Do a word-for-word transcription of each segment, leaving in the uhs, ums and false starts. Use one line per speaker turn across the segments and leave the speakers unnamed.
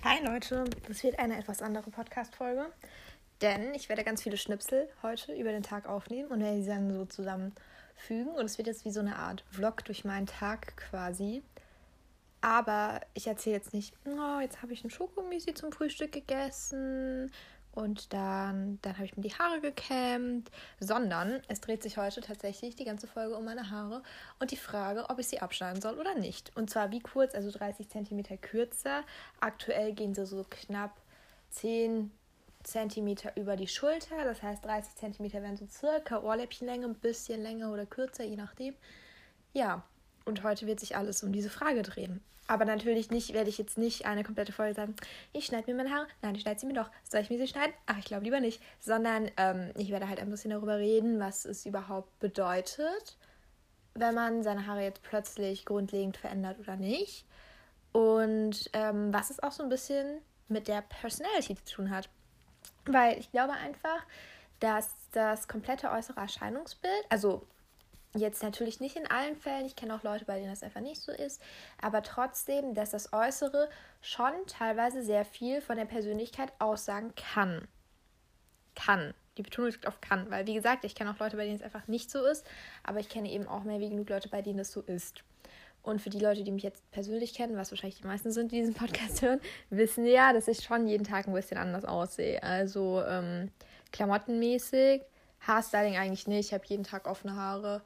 Hi Leute, das wird eine etwas andere Podcast-Folge, denn ich werde ganz viele Schnipsel heute über den Tag aufnehmen und werde sie dann so zusammenfügen und es wird jetzt wie so eine Art Vlog durch meinen Tag quasi. Aber ich erzähle jetzt nicht, oh, jetzt habe ich ein Schokomüsli zum Frühstück gegessen und dann, dann habe ich mir die Haare gekämmt, sondern es dreht sich heute tatsächlich die ganze Folge um meine Haare und die Frage, ob ich sie abschneiden soll oder nicht. Und zwar wie kurz, also dreißig Zentimeter kürzer. Aktuell gehen sie so knapp zehn Zentimeter über die Schulter, das heißt dreißig Zentimeter wären so circa Ohrläppchenlänge, ein bisschen länger oder kürzer, je nachdem. Ja, und heute wird sich alles um diese Frage drehen. Aber natürlich nicht, werde ich jetzt nicht eine komplette Folge sagen, ich schneide mir meine Haare. Nein, ich schneide sie mir doch. Soll ich mir sie schneiden? Ach, ich glaube lieber nicht. Sondern ähm, ich werde halt ein bisschen darüber reden, was es überhaupt bedeutet, wenn man seine Haare jetzt plötzlich grundlegend verändert oder nicht. Und ähm, was es auch so ein bisschen mit der Personality zu tun hat. Weil ich glaube einfach, dass das komplette äußere Erscheinungsbild, also jetzt natürlich nicht in allen Fällen, ich kenne auch Leute, bei denen das einfach nicht so ist, aber trotzdem, dass das Äußere schon teilweise sehr viel von der Persönlichkeit aussagen kann. Kann. Die Betonung liegt auf kann, weil wie gesagt, ich kenne auch Leute, bei denen es einfach nicht so ist, aber ich kenne eben auch mehr wie genug Leute, bei denen es so ist. Und für die Leute, die mich jetzt persönlich kennen, was wahrscheinlich die meisten sind, die diesen Podcast hören, wissen ja, dass ich schon jeden Tag ein bisschen anders aussehe. Also ähm, klamottenmäßig, Haarstyling eigentlich nicht, ich habe jeden Tag offene Haare.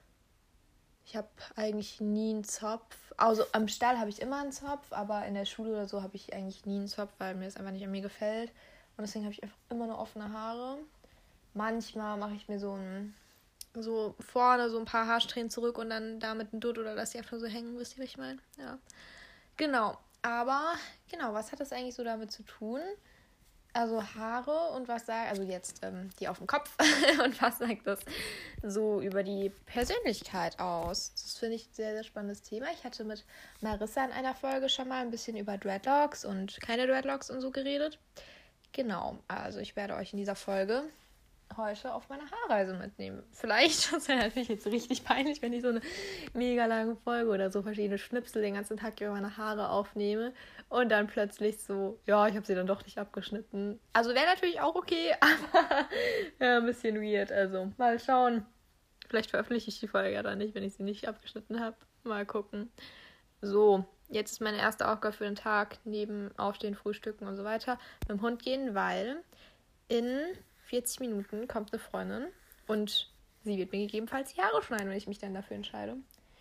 Ich habe eigentlich nie einen Zopf. Also am Stall habe ich immer einen Zopf, aber in der Schule oder so habe ich eigentlich nie einen Zopf, weil mir das einfach nicht an mir gefällt. Und deswegen habe ich einfach immer nur offene Haare. Manchmal mache ich mir so ein, so vorne so ein paar Haarsträhnen zurück und dann damit ein Dutt oder lasse die einfach so hängen, wisst ihr, was ich meine? Ja. Genau. Aber, genau, was hat das eigentlich so damit zu tun? Also Haare und was sagt, also jetzt ähm, die auf dem Kopf und was sagt das so über die Persönlichkeit aus? Das finde ich ein sehr, sehr spannendes Thema. Ich hatte mit Marissa in einer Folge schon mal ein bisschen über Dreadlocks und keine Dreadlocks und so geredet. Genau, also ich werde euch in dieser Folge heute auf meine Haarreise mitnehmen. Vielleicht, das wäre natürlich jetzt richtig peinlich, wenn ich so eine mega lange Folge oder so verschiedene Schnipsel den ganzen Tag über meine Haare aufnehme und dann plötzlich so, ja, ich habe sie dann doch nicht abgeschnitten. Also wäre natürlich auch okay, aber ja, ein bisschen weird. Also mal schauen. Vielleicht veröffentliche ich die Folge ja dann nicht, wenn ich sie nicht abgeschnitten habe. Mal gucken. So, jetzt ist meine erste Aufgabe für den Tag, neben Aufstehen, Frühstücken und so weiter, mit dem Hund gehen, weil in vierzig Minuten kommt eine Freundin und sie wird mir gegebenenfalls die Haare schneiden, wenn ich mich dann dafür entscheide.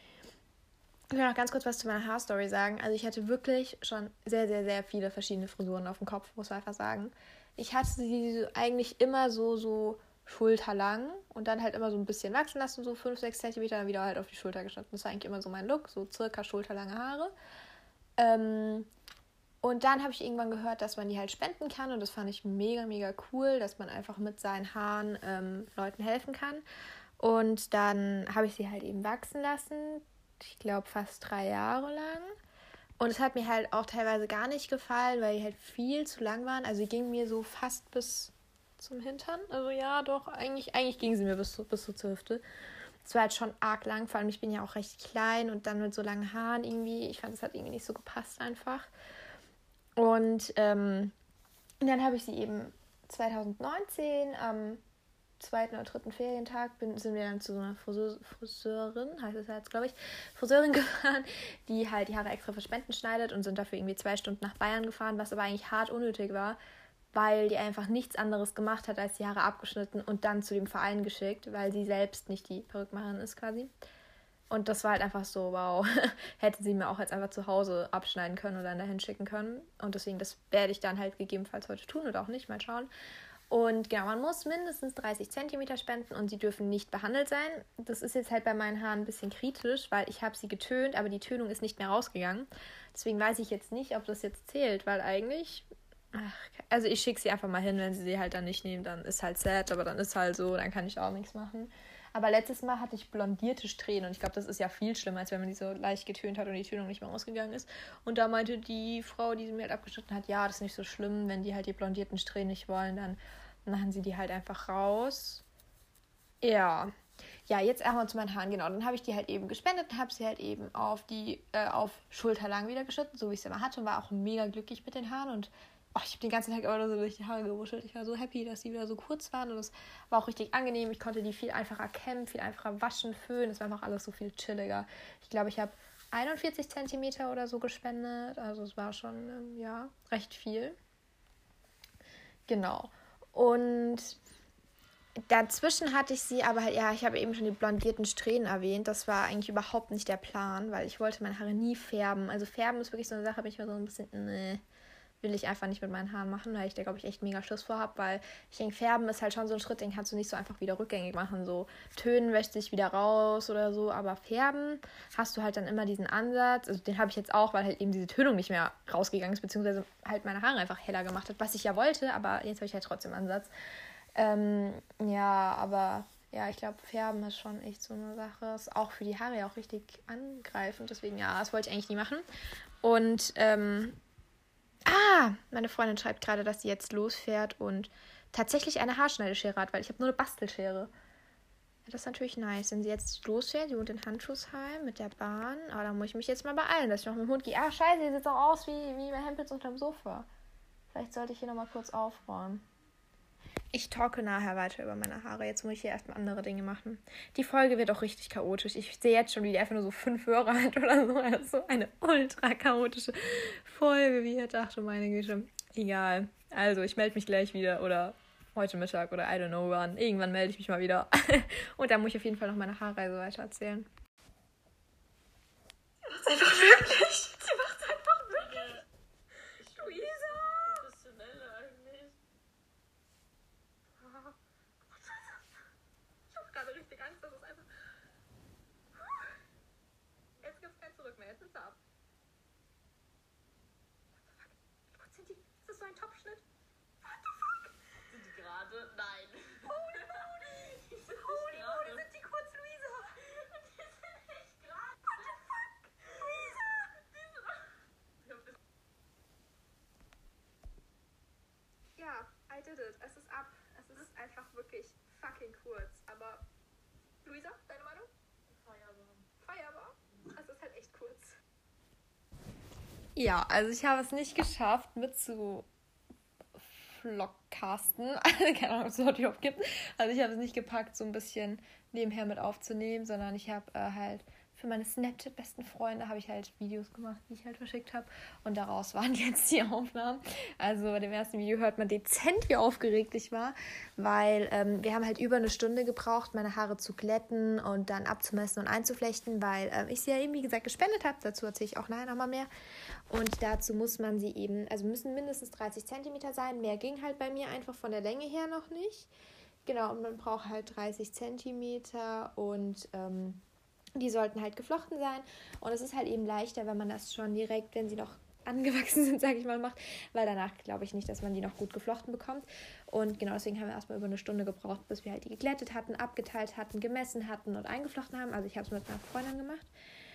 Ich will noch ganz kurz was zu meiner Haarstory sagen. Also ich hatte wirklich schon sehr, sehr, sehr viele verschiedene Frisuren auf dem Kopf, muss man einfach sagen. Ich hatte sie eigentlich immer so, so schulterlang und dann halt immer so ein bisschen wachsen lassen, so fünf, sechs Zentimeter, dann wieder halt auf die Schulter geschnitten. Das war eigentlich immer so mein Look, so circa schulterlange Haare. Ähm... Und dann habe ich irgendwann gehört, dass man die halt spenden kann und das fand ich mega, mega cool, dass man einfach mit seinen Haaren ähm, Leuten helfen kann. Und dann habe ich sie halt eben wachsen lassen, ich glaube fast drei Jahre lang. Und es hat mir halt auch teilweise gar nicht gefallen, weil die halt viel zu lang waren. Also die gingen mir so fast bis zum Hintern. Also ja, doch, eigentlich, eigentlich gingen sie mir bis, bis so zur Hüfte. Es war halt schon arg lang, vor allem ich bin ja auch recht klein und dann mit so langen Haaren irgendwie. Ich fand, es hat irgendwie nicht so gepasst einfach. Und ähm, dann habe ich sie eben zwanzig neunzehn am zweiten oder dritten Ferientag bin, sind wir dann zu so einer Friseur, Friseurin, heißt es jetzt, glaube ich, Friseurin gefahren, die halt die Haare extra für Spenden schneidet und sind dafür irgendwie zwei Stunden nach Bayern gefahren, was aber eigentlich hart unnötig war, weil die einfach nichts anderes gemacht hat, als die Haare abgeschnitten und dann zu dem Verein geschickt, weil sie selbst nicht die Perückmacherin ist quasi. Und das war halt einfach so, wow, hätte sie mir auch jetzt einfach zu Hause abschneiden können oder dahin schicken können. Und deswegen, das werde ich dann halt gegebenenfalls heute tun oder auch nicht, mal schauen. Und genau, man muss mindestens dreißig Zentimeter spenden und sie dürfen nicht behandelt sein. Das ist jetzt halt bei meinen Haaren ein bisschen kritisch, weil ich habe sie getönt, aber die Tönung ist nicht mehr rausgegangen. Deswegen weiß ich jetzt nicht, ob das jetzt zählt, weil eigentlich, ach, also ich schicke sie einfach mal hin, wenn sie sie halt dann nicht nehmen, dann ist halt sad, aber dann ist halt so, dann kann ich auch nichts machen. Aber letztes Mal hatte ich blondierte Strähnen und ich glaube, das ist ja viel schlimmer, als wenn man die so leicht getönt hat und die Tönung nicht mehr ausgegangen ist. Und da meinte die Frau, die sie mir halt abgeschnitten hat, ja, das ist nicht so schlimm, wenn die halt die blondierten Strähnen nicht wollen, dann machen sie die halt einfach raus. Ja, Ja, jetzt erstmal zu meinen Haaren, genau. Dann habe ich die halt eben gespendet und habe sie halt eben auf die, äh, auf schulterlang wieder geschnitten, so wie ich es immer hatte und war auch mega glücklich mit den Haaren und oh, ich habe den ganzen Tag immer nur so durch die Haare gewuschelt. Ich war so happy, dass die wieder so kurz waren und es war auch richtig angenehm. Ich konnte die viel einfacher kämmen, viel einfacher waschen, föhnen. Es war einfach alles so viel chilliger. Ich glaube, ich habe einundvierzig Zentimeter oder so gespendet. Also es war schon, ähm, ja, recht viel. Genau. Und dazwischen hatte ich sie, aber halt, ja, ich habe eben schon die blondierten Strähnen erwähnt. Das war eigentlich überhaupt nicht der Plan, weil ich wollte meine Haare nie färben. Also färben ist wirklich so eine Sache, bin ich mir so ein bisschen, nee, will ich einfach nicht mit meinen Haaren machen, weil ich da, glaube ich, echt mega Schiss vor habe, weil ich denke, färben ist halt schon so ein Schritt, den kannst du nicht so einfach wieder rückgängig machen. So Tönen wäscht sich wieder raus oder so, aber färben hast du halt dann immer diesen Ansatz, also den habe ich jetzt auch, weil halt eben diese Tönung nicht mehr rausgegangen ist, beziehungsweise halt meine Haare einfach heller gemacht hat, was ich ja wollte, aber jetzt habe ich halt trotzdem Ansatz. Ähm, ja, aber ja, ich glaube, Färben ist schon echt so eine Sache. Ist auch für die Haare ja auch richtig angreifend. Deswegen, ja, das wollte ich eigentlich nie machen. Und, ähm, ah, meine Freundin schreibt gerade, dass sie jetzt losfährt und tatsächlich eine Haarschneideschere hat, weil ich habe nur eine Bastelschere. Ja, das ist natürlich nice, wenn sie jetzt losfährt. Sie wohnt in Handschuhsheim mit der Bahn. Aber da muss ich mich jetzt mal beeilen, dass ich noch mit dem Hund gehe. Ah, scheiße, hier sieht auch aus wie, wie bei Hempels unterm Sofa. Vielleicht sollte ich hier nochmal kurz aufräumen. Ich talke nachher weiter über meine Haare. Jetzt muss ich hier erstmal andere Dinge machen. Die Folge wird auch richtig chaotisch. Ich sehe jetzt schon, wie die einfach nur so fünf Hörer hat oder so. Also eine ultra chaotische Folge, wie ihr dachte, meine Güte. Egal. Also, ich melde mich gleich wieder oder heute Mittag oder I don't know wann. Irgendwann melde ich mich mal wieder. Und dann muss ich auf jeden Fall noch meine Haarreise weiter erzählen. Sie macht's einfach wirklich. Sie macht's einfach wirklich. Luisa! Richtig Angst, dass es einfach... Jetzt gibt es kein Zurück mehr, jetzt ist es ab. What the fuck? Wie gut sind die? Ist das so ein Top-Schnitt? What the fuck?
Sind die gerade? Nein.
Holy moly! Holy moly, sind die kurz, Luisa!
Die sind nicht gerade.
What the fuck? Luisa! Ja, I did it. Es ist ab. Es ist einfach wirklich fucking kurz. Aber... Luisa, deine Meinung?
Feierbar.
Feierbar? Es ist halt echt kurz. Ja, also ich habe es nicht geschafft, mit zu vlogcasten. Keine Ahnung, ob es überhaupt überhaupt gibt. Also ich habe es nicht gepackt, so ein bisschen nebenher mit aufzunehmen, sondern ich habe äh, halt für meine Snapchat-besten Freunde habe ich halt Videos gemacht, die ich halt verschickt habe. Und daraus waren jetzt die Aufnahmen. Also bei dem ersten Video hört man dezent, wie aufgeregt ich war, weil ähm, wir haben halt über eine Stunde gebraucht, meine Haare zu glätten und dann abzumessen und einzuflechten, weil ähm, ich sie ja eben, wie gesagt, gespendet habe. Dazu erzähle ich auch nachher nochmal mehr. Und dazu muss man sie eben, also müssen mindestens dreißig Zentimeter sein. Mehr ging halt bei mir einfach von der Länge her noch nicht. Genau, und man braucht halt dreißig Zentimeter und ähm, die sollten halt geflochten sein. Und es ist halt eben leichter, wenn man das schon direkt, wenn sie noch angewachsen sind, sage ich mal, macht, weil danach glaube ich nicht, dass man die noch gut geflochten bekommt. Und genau deswegen haben wir erstmal über eine Stunde gebraucht, bis wir halt die geglättet hatten, abgeteilt hatten, gemessen hatten und eingeflochten haben. Also ich habe es mit einer Freundin gemacht.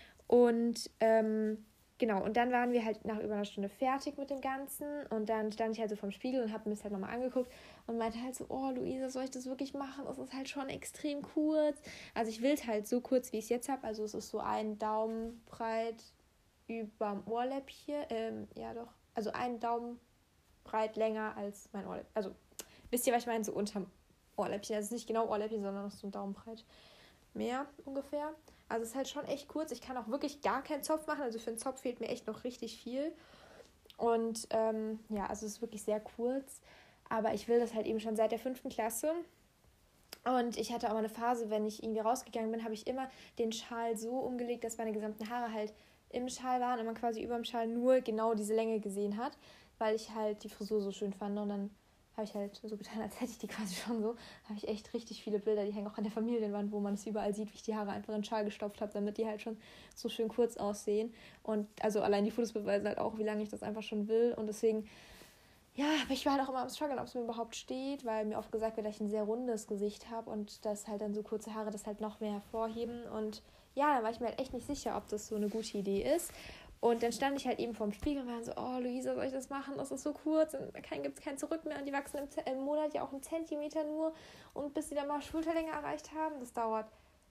Und ähm, genau, und dann waren wir halt nach über einer Stunde fertig mit dem Ganzen und dann stand ich halt so vorm Spiegel und habe mir das halt nochmal angeguckt und meinte halt so, oh Luisa, soll ich das wirklich machen? Das ist halt schon extrem kurz. Also ich will es halt so kurz, wie ich es jetzt habe. Also es ist so ein Daumen breit überm Ohrläppchen. Ähm, ja doch, also ein Daumen breit länger als mein Ohrläppchen. Also wisst ihr, was ich meine? So unterm Ohrläppchen. Also nicht genau Ohrläppchen, sondern noch so ein Daumen breit mehr ungefähr. Also es ist halt schon echt kurz. Ich kann auch wirklich gar keinen Zopf machen. Also für einen Zopf fehlt mir echt noch richtig viel. Und ähm, ja, also es ist wirklich sehr kurz. Aber ich will das halt eben schon seit der fünften Klasse. Und ich hatte auch mal eine Phase, wenn ich irgendwie rausgegangen bin, habe ich immer den Schal so umgelegt, dass meine gesamten Haare halt im Schal waren und man quasi über dem Schal nur genau diese Länge gesehen hat, weil ich halt die Frisur so schön fand. Und dann habe ich halt so getan, als hätte ich die quasi schon so. Habe ich echt richtig viele Bilder, die hängen auch an der Familienwand, wo man es überall sieht, wie ich die Haare einfach in den Schal gestopft habe, damit die halt schon so schön kurz aussehen. Und also allein die Fotos beweisen halt auch, wie lange ich das einfach schon will. Und deswegen, ja, aber ich war halt auch immer am Struggeln, ob es mir überhaupt steht, weil mir oft gesagt wird, dass ich ein sehr rundes Gesicht habe und dass halt dann so kurze Haare das halt noch mehr hervorheben. Und ja, da war ich mir halt echt nicht sicher, ob das so eine gute Idee ist. Und dann stand ich halt eben vorm Spiegel und war so, oh Luisa, soll ich das machen? Das ist so kurz und da gibt es kein Zurück mehr. Und die wachsen im, Z- im Monat ja auch einen Zentimeter nur. Und bis sie dann mal Schulterlänge erreicht haben, das dauert,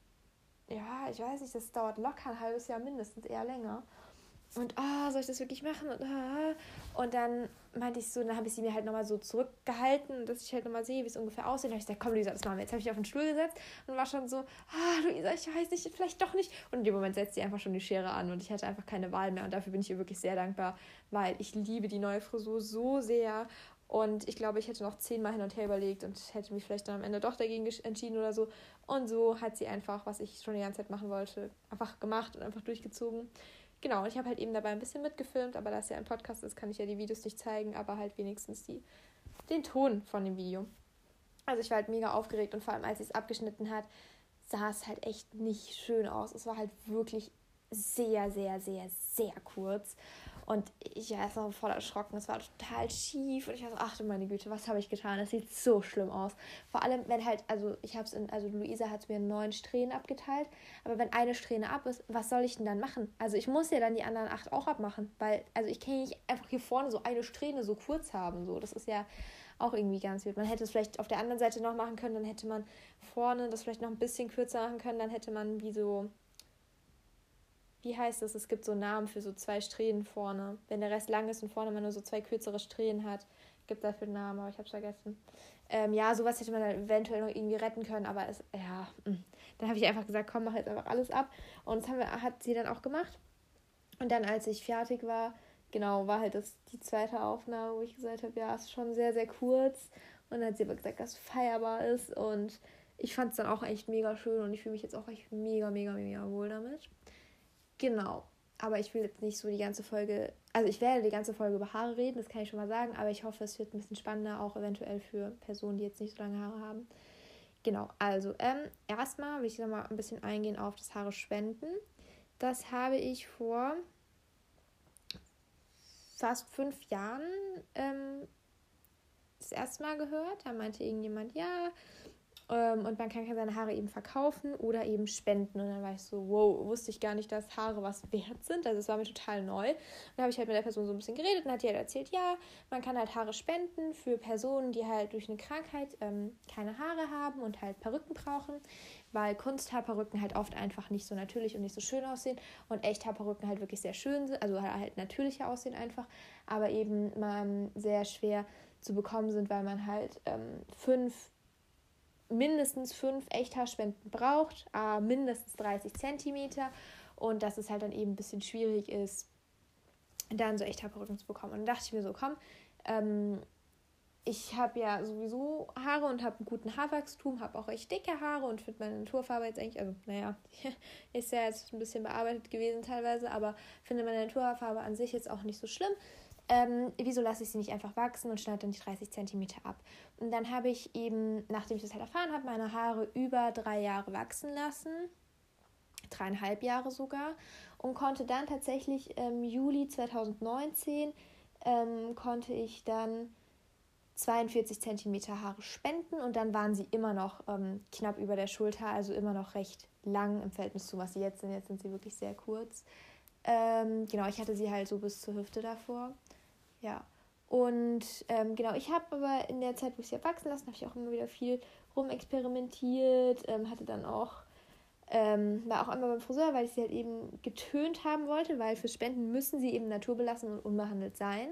ja, ich weiß nicht, das dauert locker ein halbes Jahr mindestens, eher länger. Und, ah, oh, soll ich das wirklich machen? Und, ah. und dann meinte ich so, dann habe ich sie mir halt nochmal so zurückgehalten, dass ich halt nochmal sehe, wie es ungefähr aussieht. Und dann habe ich gesagt, komm Luisa, das machen wir. Jetzt habe ich mich auf den Stuhl gesetzt und war schon so, ah, Luisa, ich weiß nicht, vielleicht doch nicht. Und in dem Moment setzt sie einfach schon die Schere an und ich hatte einfach keine Wahl mehr. Und dafür bin ich ihr wirklich sehr dankbar, weil ich liebe die neue Frisur so sehr. Und ich glaube, ich hätte noch zehnmal hin und her überlegt und hätte mich vielleicht dann am Ende doch dagegen entschieden oder so. Und so hat sie einfach, was ich schon die ganze Zeit machen wollte, einfach gemacht und einfach durchgezogen. Genau, und ich habe halt eben dabei ein bisschen mitgefilmt, aber da es ja ein Podcast ist, kann ich ja die Videos nicht zeigen, aber halt wenigstens die, den Ton von dem Video. Also ich war halt mega aufgeregt und vor allem, als sie es abgeschnitten hat, sah es halt echt nicht schön aus. Es war halt wirklich sehr, sehr, sehr, sehr kurz. Und ich war erst noch voll erschrocken. Es war total schief. Und ich war so, ach du meine Güte, was habe ich getan? Das sieht so schlimm aus. Vor allem, wenn halt, also ich habe es in, also Luisa hat es mir in neun Strähnen abgeteilt. Aber wenn eine Strähne ab ist, was soll ich denn dann machen? Also ich muss ja dann die anderen acht auch abmachen. Weil, also ich kann ja nicht einfach hier vorne so eine Strähne so kurz haben. So, das ist ja auch irgendwie ganz wild. Man hätte es vielleicht auf der anderen Seite noch machen können. Dann hätte man vorne das vielleicht noch ein bisschen kürzer machen können. Dann hätte man wie so... Wie heißt das? Es gibt so Namen für so zwei Strähnen vorne. Wenn der Rest lang ist und vorne man nur so zwei kürzere Strähnen hat, gibt dafür einen Namen, aber ich hab's vergessen. Ähm, ja, sowas hätte man dann eventuell noch irgendwie retten können, aber es, ja, mh. Dann habe ich einfach gesagt, komm, mach jetzt einfach alles ab. Und das haben wir, hat sie dann auch gemacht. Und dann, als ich fertig war, genau, war halt das die zweite Aufnahme, wo ich gesagt habe, ja, es ist schon sehr, sehr kurz. Und dann hat sie aber gesagt, dass es feierbar ist. Und ich fand es dann auch echt mega schön und ich fühle mich jetzt auch echt mega, mega, mega wohl damit. Genau, aber ich will jetzt nicht so die ganze Folge, also ich werde die ganze Folge über Haare reden, das kann ich schon mal sagen, aber ich hoffe, es wird ein bisschen spannender, auch eventuell für Personen, die jetzt nicht so lange Haare haben. Genau, also ähm, erstmal will ich nochmal ein bisschen eingehen auf das Haare spenden. Das habe ich vor fast fünf Jahren ähm, das erste Mal gehört. Da meinte irgendjemand, ja, und man kann seine Haare eben verkaufen oder eben spenden. Und dann war ich so, wow, wusste ich gar nicht, dass Haare was wert sind. Also es war mir total neu. Und dann habe ich halt mit der Person so ein bisschen geredet und hat die halt erzählt, ja, man kann halt Haare spenden für Personen, die halt durch eine Krankheit ähm, keine Haare haben und halt Perücken brauchen, weil Kunsthaarperücken halt oft einfach nicht so natürlich und nicht so schön aussehen und Echthaarperücken halt wirklich sehr schön sind, also halt natürlicher aussehen einfach, aber eben ähm, sehr schwer zu bekommen sind, weil man halt ähm, fünf mindestens fünf Echthaarspenden braucht, äh, mindestens dreißig Zentimeter und dass es halt dann eben ein bisschen schwierig ist, dann so Echthaarperücken zu bekommen. Und dann dachte ich mir so, komm, ähm, ich habe ja sowieso Haare und habe einen guten Haarwachstum, habe auch echt dicke Haare und finde meine Naturfarbe jetzt eigentlich, also naja, ist ja jetzt ein bisschen bearbeitet gewesen teilweise, aber finde meine Naturfarbe an sich jetzt auch nicht so schlimm. Ähm, wieso lasse ich sie nicht einfach wachsen und schneide dann die dreißig Zentimeter ab? Und dann habe ich eben, nachdem ich das halt erfahren habe, meine Haare über drei Jahre wachsen lassen, dreieinhalb Jahre sogar, und konnte dann tatsächlich im Juli zwanzig neunzehn ähm, konnte ich dann zweiundvierzig Zentimeter Haare spenden und dann waren sie immer noch ähm, knapp über der Schulter, also immer noch recht lang im Verhältnis zu was sie jetzt sind. Jetzt sind sie wirklich sehr kurz. Ähm, genau, ich hatte sie halt so bis zur Hüfte davor. Ja, und ähm, genau, ich habe aber in der Zeit, wo ich sie habe wachsen lassen, habe ich auch immer wieder viel rumexperimentiert, ähm, hatte dann auch, ähm, war auch einmal beim Friseur, weil ich sie halt eben getönt haben wollte, weil fürs Spenden müssen sie eben naturbelassen und unbehandelt sein.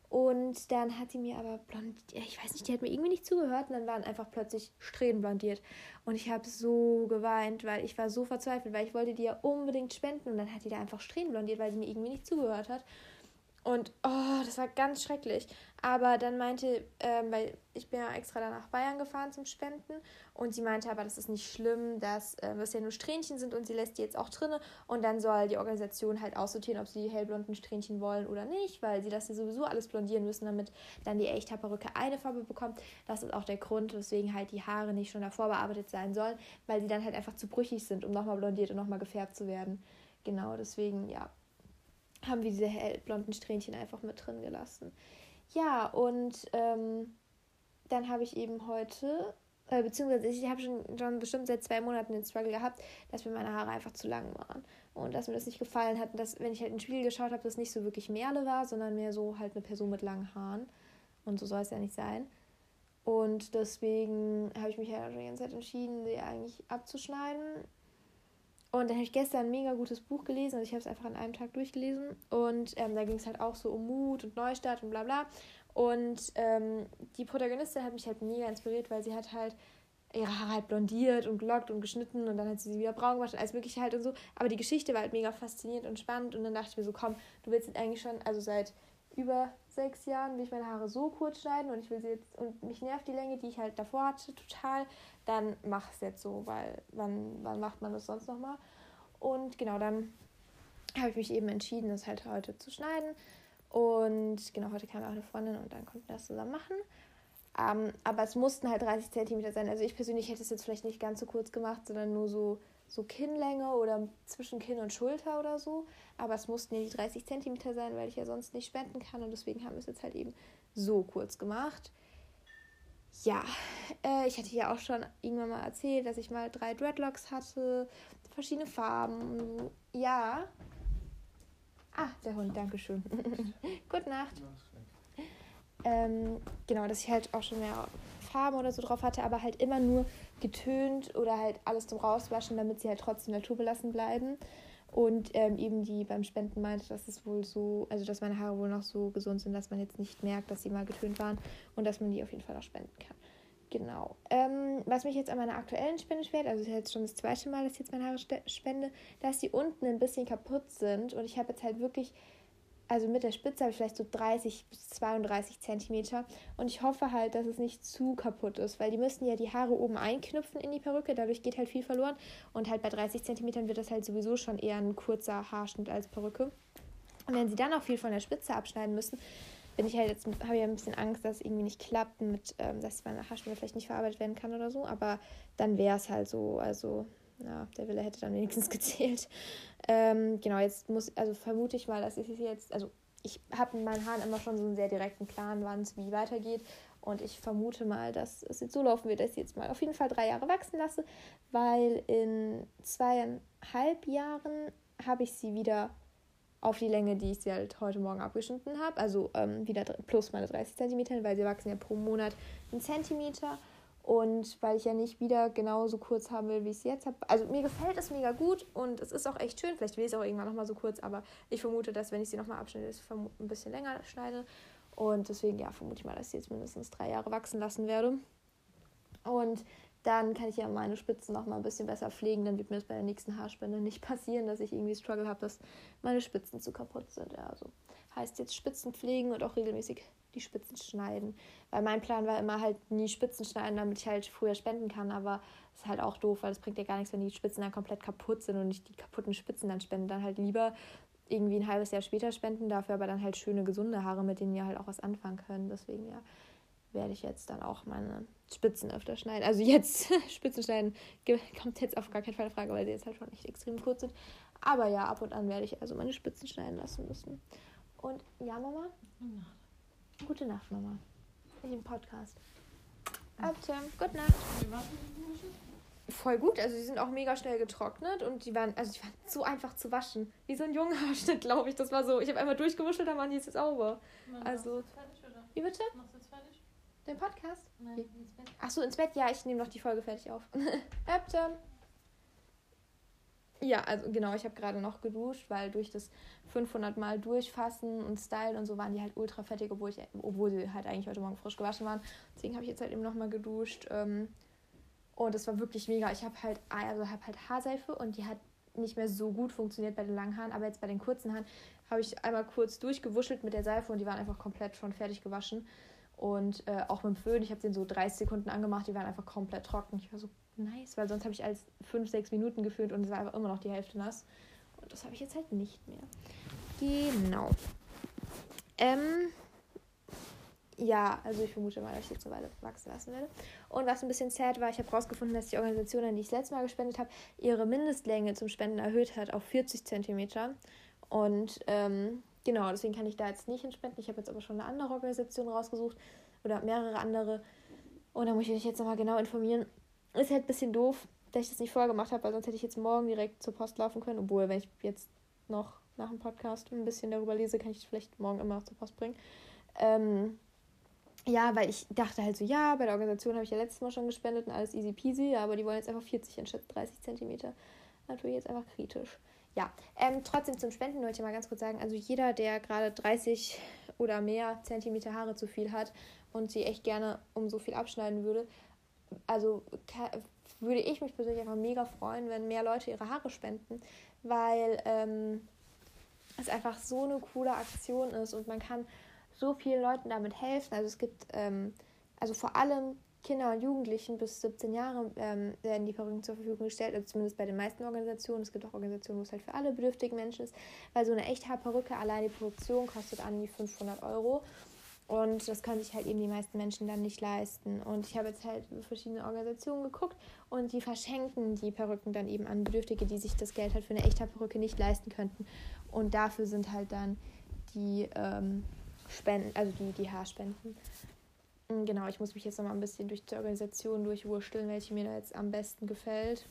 Und dann hat sie mir aber blondiert, ich weiß nicht, die hat mir irgendwie nicht zugehört und dann waren einfach plötzlich Strähnen blondiert. Und ich habe so geweint, weil ich war so verzweifelt, weil ich wollte die ja unbedingt spenden und dann hat die da einfach Strähnen blondiert, weil sie mir irgendwie nicht zugehört hat. Und oh, das war ganz schrecklich. Aber dann meinte, ähm, weil ich bin ja extra dann nach Bayern gefahren zum Spenden und sie meinte aber, das ist nicht schlimm, dass äh, es ja nur Strähnchen sind und sie lässt die jetzt auch drinne und dann soll die Organisation halt aussortieren, ob sie die hellblonden Strähnchen wollen oder nicht, weil sie das ja sowieso alles blondieren müssen, damit dann die Echthaarperücke eine Farbe bekommt. Das ist auch der Grund, weswegen halt die Haare nicht schon davor bearbeitet sein sollen, weil sie dann halt einfach zu brüchig sind, um nochmal blondiert und nochmal gefärbt zu werden. Genau, deswegen, ja, haben wir diese hellblonden Strähnchen einfach mit drin gelassen. Ja, und ähm, dann habe ich eben heute äh, beziehungsweise ich habe schon, schon bestimmt seit zwei Monaten den Struggle gehabt, dass mir meine Haare einfach zu lang waren. Und dass mir das nicht gefallen hat, dass, wenn ich halt in den Spiegel geschaut habe, das nicht so wirklich Merle war, sondern mehr so halt eine Person mit langen Haaren. Und so soll es ja nicht sein. Und deswegen habe ich mich halt schon die ganze Zeit entschieden, sie eigentlich abzuschneiden. Und dann habe ich gestern ein mega gutes Buch gelesen. Also ich habe es einfach an einem Tag durchgelesen. Und ähm, da ging es halt auch so um Mut und Neustart und bla bla. Und ähm, die Protagonistin hat mich halt mega inspiriert, weil sie hat halt ihre Haare halt blondiert und gelockt und geschnitten und dann hat sie sie wieder braun gemacht und alles mögliche halt und so. Aber die Geschichte war halt mega faszinierend und spannend und dann dachte ich mir so, komm, du willst jetzt eigentlich schon, also seit über sechs Jahren will ich meine Haare so kurz schneiden und ich will sie jetzt, und mich nervt die Länge, die ich halt davor hatte, total, dann mach es jetzt so, weil wann, wann macht man das sonst nochmal? Und genau, dann habe ich mich eben entschieden, das halt heute zu schneiden. Und genau, heute kam auch eine Freundin und dann konnten wir das zusammen machen. Um, aber es mussten halt dreißig Zentimeter sein. Also ich persönlich hätte es jetzt vielleicht nicht ganz so kurz gemacht, sondern nur so, so Kinnlänge oder zwischen Kinn und Schulter oder so. Aber es mussten ja die dreißig Zentimeter sein, weil ich ja sonst nicht spenden kann. Und deswegen haben wir es jetzt halt eben so kurz gemacht. Ja, äh, ich hatte ja auch schon irgendwann mal erzählt, dass ich mal drei Dreadlocks hatte, verschiedene Farben. Ja. Ah, der Hund, dankeschön. Gute Nacht. Ähm, genau, dass ich halt auch schon mehr Farben oder so drauf hatte, aber halt immer nur getönt oder halt alles zum Rauswaschen, damit sie halt trotzdem naturbelassen bleiben. Und ähm, eben die beim Spenden meinte, dass es wohl so, also dass meine Haare wohl noch so gesund sind, dass man jetzt nicht merkt, dass sie mal getönt waren und dass man die auf jeden Fall auch spenden kann. Genau. Ähm, was mich jetzt an meiner aktuellen Spende schwert, also es ist jetzt schon das zweite Mal, dass ich jetzt meine Haare spende, dass die unten ein bisschen kaputt sind und ich habe jetzt halt wirklich, also mit der Spitze habe ich vielleicht so dreißig bis zweiunddreißig Zentimeter und ich hoffe halt, dass es nicht zu kaputt ist, weil die müssen ja die Haare oben einknüpfen in die Perücke, dadurch geht halt viel verloren und halt bei dreißig Zentimetern wird das halt sowieso schon eher ein kurzer Haarschnitt als Perücke. Und wenn sie dann auch viel von der Spitze abschneiden müssen, bin ich halt jetzt, habe ich ja ein bisschen Angst, dass es irgendwie nicht klappt, mit, ähm, dass meine Haarschnitte vielleicht nicht verarbeitet werden kann oder so, aber dann wäre es halt so, also ja, der Wille hätte dann wenigstens gezählt. Ähm, genau, jetzt muss, also vermute ich mal, dass ich jetzt, also ich habe in meinen Haaren immer schon so einen sehr direkten Plan, wann es wie weitergeht. Und ich vermute mal, dass es jetzt so laufen wird, dass ich jetzt mal auf jeden Fall drei Jahre wachsen lasse, weil in zweieinhalb Jahren habe ich sie wieder auf die Länge, die ich sie halt heute Morgen abgeschnitten habe. Also ähm, wieder plus meine dreißig Zentimeter, weil sie wachsen ja pro Monat einen Zentimeter. Und weil ich ja nicht wieder genauso kurz haben will, wie ich es jetzt habe. Also mir gefällt es mega gut und es ist auch echt schön. Vielleicht will ich es auch irgendwann nochmal so kurz, aber ich vermute, dass wenn ich sie nochmal abschneide, es ein bisschen länger schneide. Und deswegen, ja, vermute ich mal, dass ich sie jetzt mindestens drei Jahre wachsen lassen werde. Und dann kann ich ja meine Spitzen nochmal ein bisschen besser pflegen. Dann wird mir das bei der nächsten Haarspende nicht passieren, dass ich irgendwie Struggle habe, dass meine Spitzen zu kaputt sind. Ja, also heißt jetzt Spitzen pflegen und auch regelmäßig die Spitzen schneiden. Weil mein Plan war immer halt nie Spitzen schneiden, damit ich halt früher spenden kann. Aber das ist halt auch doof, weil es bringt ja gar nichts, wenn die Spitzen dann komplett kaputt sind und ich die kaputten Spitzen dann spende. Dann halt lieber irgendwie ein halbes Jahr später spenden, dafür aber dann halt schöne, gesunde Haare, mit denen ihr halt auch was anfangen können. Deswegen, ja, werde ich jetzt dann auch meine Spitzen öfter schneiden. Also jetzt, Spitzen schneiden kommt jetzt auf gar keinen Fall in Frage, weil sie jetzt halt schon echt extrem kurz sind. Aber ja, ab und an werde ich also meine Spitzen schneiden lassen müssen. Und ja, Mama? Gute Nacht, Mama. Ich im Podcast. Abtim, gute Nacht. Voll gut, also die sind auch mega schnell getrocknet und die waren, also die waren so einfach zu waschen. Wie so ein Junghaarschnitt, glaube ich. Das war so, ich habe einmal durchgewuschelt, dann waren die jetzt sauber. Also, fertig, oder? Wie bitte?
Machst du jetzt fertig?
Den Podcast?
Nein,
Wie?
ins Bett.
Ach so, ins Bett? Ja, ich nehme noch die Folge fertig auf. Abtim. Ja, also genau, ich habe gerade noch geduscht, weil durch das fünfhundert Mal durchfassen und Stylen und so waren die halt ultra fettig, obwohl, ich, obwohl sie halt eigentlich heute Morgen frisch gewaschen waren. Deswegen habe ich jetzt halt eben nochmal geduscht. Ähm, und es war wirklich mega. Ich habe halt, also habe halt Haarseife und die hat nicht mehr so gut funktioniert bei den langen Haaren, aber jetzt bei den kurzen Haaren habe ich einmal kurz durchgewuschelt mit der Seife und die waren einfach komplett schon fertig gewaschen. Und äh, auch mit dem Föhn, ich habe den so dreißig Sekunden angemacht, die waren einfach komplett trocken. Ich war so nice, weil sonst habe ich als fünf, sechs Minuten geföhnt und es war einfach immer noch die Hälfte nass. Und das habe ich jetzt halt nicht mehr. Genau. Ähm, ja, also ich vermute mal, dass ich jetzt eine Weile wachsen lassen werde. Und was ein bisschen sad war, ich habe rausgefunden, dass die Organisation, an die ich das letzte Mal gespendet habe, ihre Mindestlänge zum Spenden erhöht hat auf vierzig Zentimeter. Und ähm, genau, deswegen kann ich da jetzt nicht hinspenden. Ich habe jetzt aber schon eine andere Organisation rausgesucht oder mehrere andere. Und da muss ich mich jetzt nochmal genau informieren. Ist halt ein bisschen doof, dass ich das nicht vorher gemacht habe, weil sonst hätte ich jetzt morgen direkt zur Post laufen können. Obwohl, wenn ich jetzt noch nach dem Podcast ein bisschen darüber lese, kann ich es vielleicht morgen immer noch zur Post bringen. Ähm, ja, weil ich dachte halt so, ja, bei der Organisation habe ich ja letztes Mal schon gespendet und alles easy peasy, aber die wollen jetzt einfach vierzig anstatt dreißig Zentimeter. Natürlich jetzt einfach kritisch. Ja, ähm, trotzdem zum Spenden wollte ich mal ganz kurz sagen, also jeder, der gerade dreißig oder mehr Zentimeter Haare zu viel hat und sie echt gerne um so viel abschneiden würde, also ka- würde ich mich persönlich einfach mega freuen, wenn mehr Leute ihre Haare spenden, weil ähm, es einfach so eine coole Aktion ist und man kann so vielen Leuten damit helfen. Also es gibt, ähm, also vor allem Kinder und Jugendlichen bis siebzehn Jahre ähm, werden die Perücken zur Verfügung gestellt, also zumindest bei den meisten Organisationen. Es gibt auch Organisationen, wo es halt für alle bedürftigen Menschen ist, weil so eine Echthaarperücke, allein die Produktion kostet an die fünfhundert Euro. Und das können sich halt eben die meisten Menschen dann nicht leisten. Und ich habe jetzt halt verschiedene Organisationen geguckt und die verschenken die Perücken dann eben an Bedürftige, die sich das Geld halt für eine echte Perücke nicht leisten könnten. Und dafür sind halt dann die ähm, Spenden, also die, die Haarspenden. Genau, ich muss mich jetzt nochmal ein bisschen durch die Organisation durchwursteln, welche mir da jetzt am besten gefällt.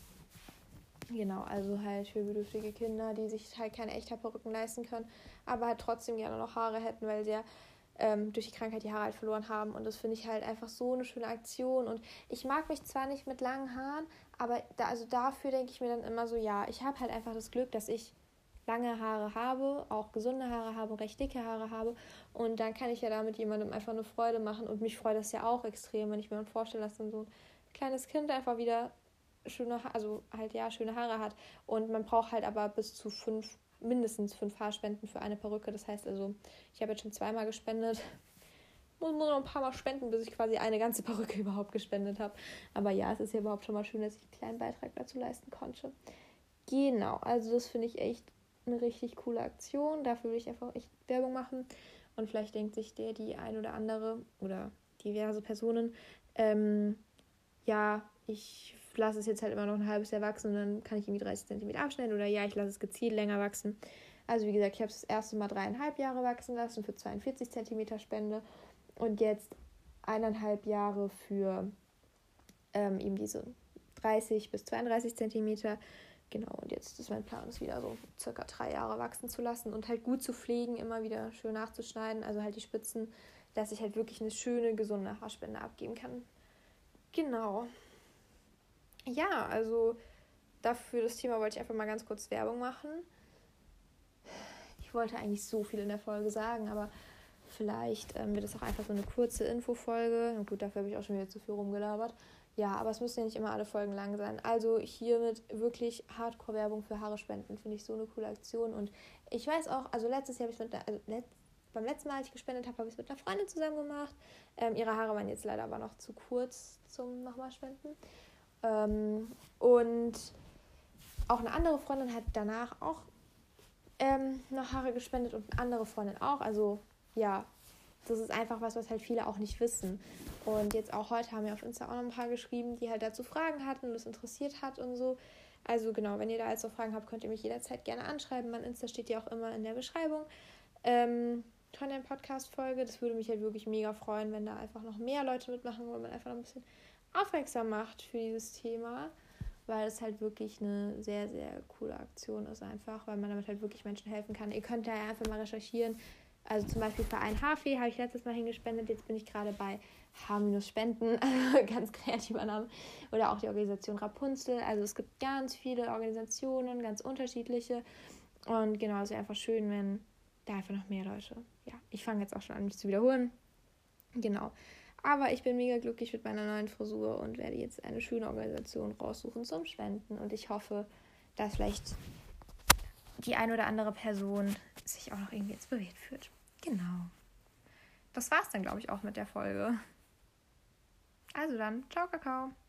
Genau, also halt für bedürftige Kinder, die sich halt keine echte Perücken leisten können, aber halt trotzdem gerne noch Haare hätten, weil sie ja ähm, durch die Krankheit die Haare halt verloren haben. Und das finde ich halt einfach so eine schöne Aktion. Und ich mag mich zwar nicht mit langen Haaren, aber da, also dafür denke ich mir dann immer so, ja, ich habe halt einfach das Glück, dass ich lange Haare habe, auch gesunde Haare habe, recht dicke Haare habe. Und dann kann ich ja damit jemandem einfach eine Freude machen. Und mich freut das ja auch extrem, wenn ich mir dann vorstelle, dass dann so ein kleines Kind einfach wieder schöne, also halt ja, schöne Haare hat. Und man braucht halt aber bis zu fünf, mindestens fünf Haarspenden für eine Perücke. Das heißt also, ich habe jetzt schon zweimal gespendet. Muss nur noch ein paar Mal spenden, bis ich quasi eine ganze Perücke überhaupt gespendet habe. Aber ja, es ist ja überhaupt schon mal schön, dass ich einen kleinen Beitrag dazu leisten konnte. Genau, also das finde ich echt eine richtig coole Aktion. Dafür will ich einfach echt Werbung machen. Und vielleicht denkt sich der, die ein oder andere oder diverse Personen, ähm, ja, ich lasse es jetzt halt immer noch ein halbes Jahr wachsen und dann kann ich irgendwie dreißig Zentimeter abschneiden. Oder ja, ich lasse es gezielt länger wachsen. Also wie gesagt, ich habe es das erste Mal dreieinhalb Jahre wachsen lassen für zweiundvierzig Zentimeter Spende. Und jetzt eineinhalb Jahre für ähm, eben diese dreißig bis zweiunddreißig Zentimeter. Genau, und jetzt ist mein Plan, es wieder so circa drei Jahre wachsen zu lassen und halt gut zu pflegen, immer wieder schön nachzuschneiden, also halt die Spitzen, dass ich halt wirklich eine schöne, gesunde Haarspende abgeben kann. Genau. Ja, also dafür das Thema wollte ich einfach mal ganz kurz Werbung machen. Ich wollte eigentlich so viel in der Folge sagen, aber vielleicht ähm, wird es auch einfach so eine kurze Infofolge. Und gut, dafür habe ich auch schon wieder zu viel rumgelabert. Ja, aber es müssen ja nicht immer alle Folgen lang sein. Also hiermit wirklich Hardcore-Werbung für Haare spenden. Finde ich so eine coole Aktion. Und ich weiß auch, also letztes Jahr habe ich es mit, also let, beim letzten Mal, als ich gespendet habe, habe ich es mit einer Freundin zusammen gemacht. Ähm, ihre Haare waren jetzt leider aber noch zu kurz zum nochmal spenden. Ähm, und auch eine andere Freundin hat danach auch ähm, noch Haare gespendet und eine andere Freundin auch. Also ja, das ist einfach was, was halt viele auch nicht wissen. Und jetzt auch heute haben wir auf Insta auch noch ein paar geschrieben, die halt dazu Fragen hatten und das interessiert hat und so. Also genau, wenn ihr da jetzt noch Fragen habt, könnt ihr mich jederzeit gerne anschreiben. Mein Insta steht ja auch immer in der Beschreibung ähm, von der Podcast-Folge. Das würde mich halt wirklich mega freuen, wenn da einfach noch mehr Leute mitmachen, weil man einfach noch ein bisschen aufmerksam macht für dieses Thema. Weil es halt wirklich eine sehr, sehr coole Aktion ist einfach, weil man damit halt wirklich Menschen helfen kann. Ihr könnt da ja einfach mal recherchieren. Also zum Beispiel für ein Haarfee habe ich letztes Mal hingespendet. Jetzt bin ich gerade bei H-Spenden, ganz kreativer Name. Oder auch die Organisation Rapunzel. Also es gibt ganz viele Organisationen, ganz unterschiedliche. Und genau, es wäre einfach schön, wenn da einfach noch mehr Leute. Ja, ich fange jetzt auch schon an, mich zu wiederholen. Genau. Aber ich bin mega glücklich mit meiner neuen Frisur und werde jetzt eine schöne Organisation raussuchen zum Spenden. Und ich hoffe, dass vielleicht die ein oder andere Person sich auch noch irgendwie inspiriert fühlt. Genau. Das war's dann, glaube ich, auch mit der Folge. Also dann, ciao, Kakao.